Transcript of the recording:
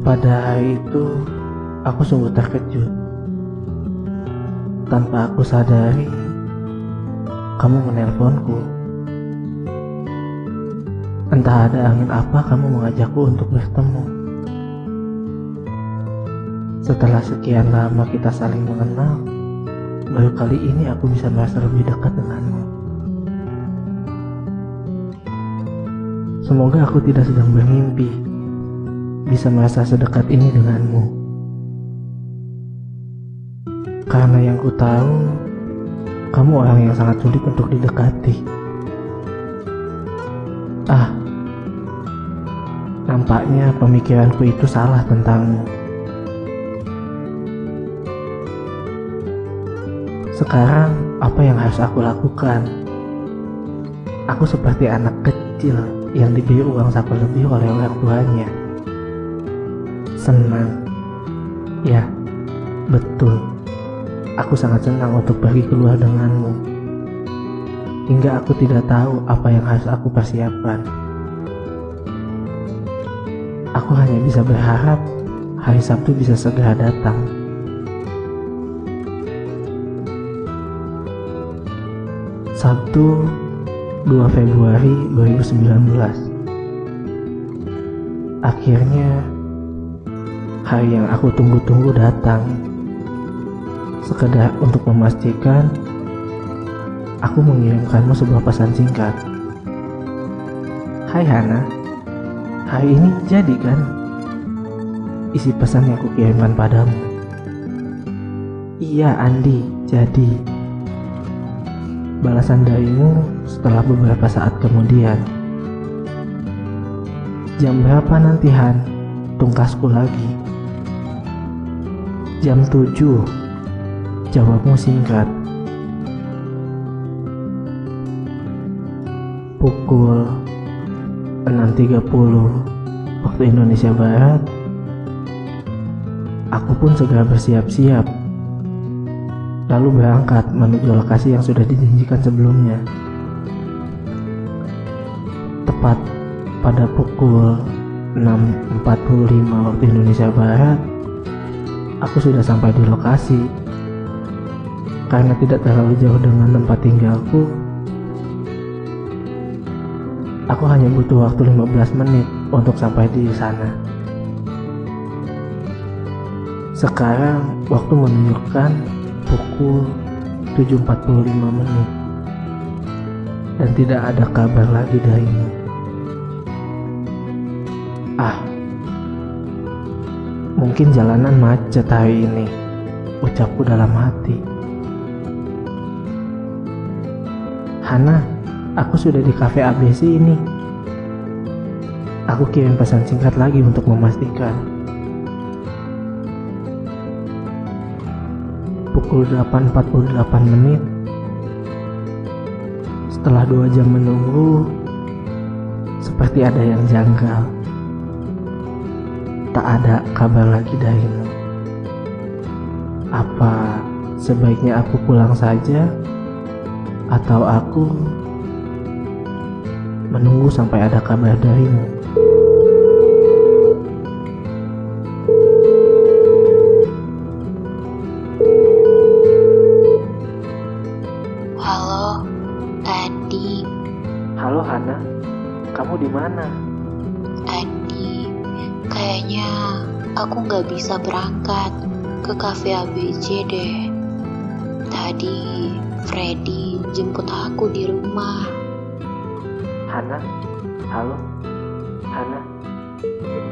Pada hari itu, aku sungguh terkejut. Tanpa aku sadari, kamu menelponku. Entah ada angin apa kamu mengajakku untuk bertemu. Setelah sekian lama kita saling mengenal, baru kali ini aku bisa merasa lebih dekat denganmu. Semoga aku tidak sedang bermimpi, bisa merasa sedekat ini denganmu. Karena yang ku tahu, kamu orang yang sangat sulit untuk didekati. Nampaknya pemikiranku itu salah tentangmu. Sekarang, apa yang harus aku lakukan? Aku seperti anak kecil yang diberi uang saku lebih oleh orang tuanya. Senang. Ya, betul. Aku sangat senang untuk pergi keluar denganmu. Hingga aku tidak tahu apa yang harus aku persiapkan. Aku hanya bisa berharap hari Sabtu bisa segera datang. Sabtu 2 Februari 2019. Akhirnya hari yang aku tunggu-tunggu datang. Sekedar untuk memastikan, aku mengirimkanmu sebuah pesan singkat. Hai Hana, hari ini jadi kan? Isi pesan yang kukirimkan padamu. Iya Andi, jadi. Balasan darimu setelah beberapa saat kemudian. Jam berapa nanti Han? Tungkasku lagi. Jam 7. Jawabmu singkat. Pukul 6.30 waktu Indonesia Barat. Aku pun segera bersiap-siap, lalu berangkat menuju lokasi yang sudah dijanjikan sebelumnya. Tepat pada pukul 6.45 waktu Indonesia Barat, aku sudah sampai di lokasi. Karena tidak terlalu jauh dengan tempat tinggalku, aku hanya butuh waktu 15 menit untuk sampai di sana. Sekarang waktu menunjukkan pukul 7.45 menit dan tidak ada kabar lagi darimu. Mungkin jalanan macet hari ini, ucapku dalam hati. Hana, aku sudah di cafe ABC ini. Aku kirim pesan singkat lagi untuk memastikan. Pukul 8.48 menit. Setelah 2 jam menunggu, seperti ada yang janggal. Tak ada kabar lagi darimu. Apa sebaiknya aku pulang saja? Atau aku menunggu sampai ada kabar darimu? Halo, Andi. Halo Hana, kamu di mana? Andi, kayaknya aku nggak bisa berangkat ke cafe ABC deh. Tadi Freddy jemput aku di rumah. Hana, halo, Hana.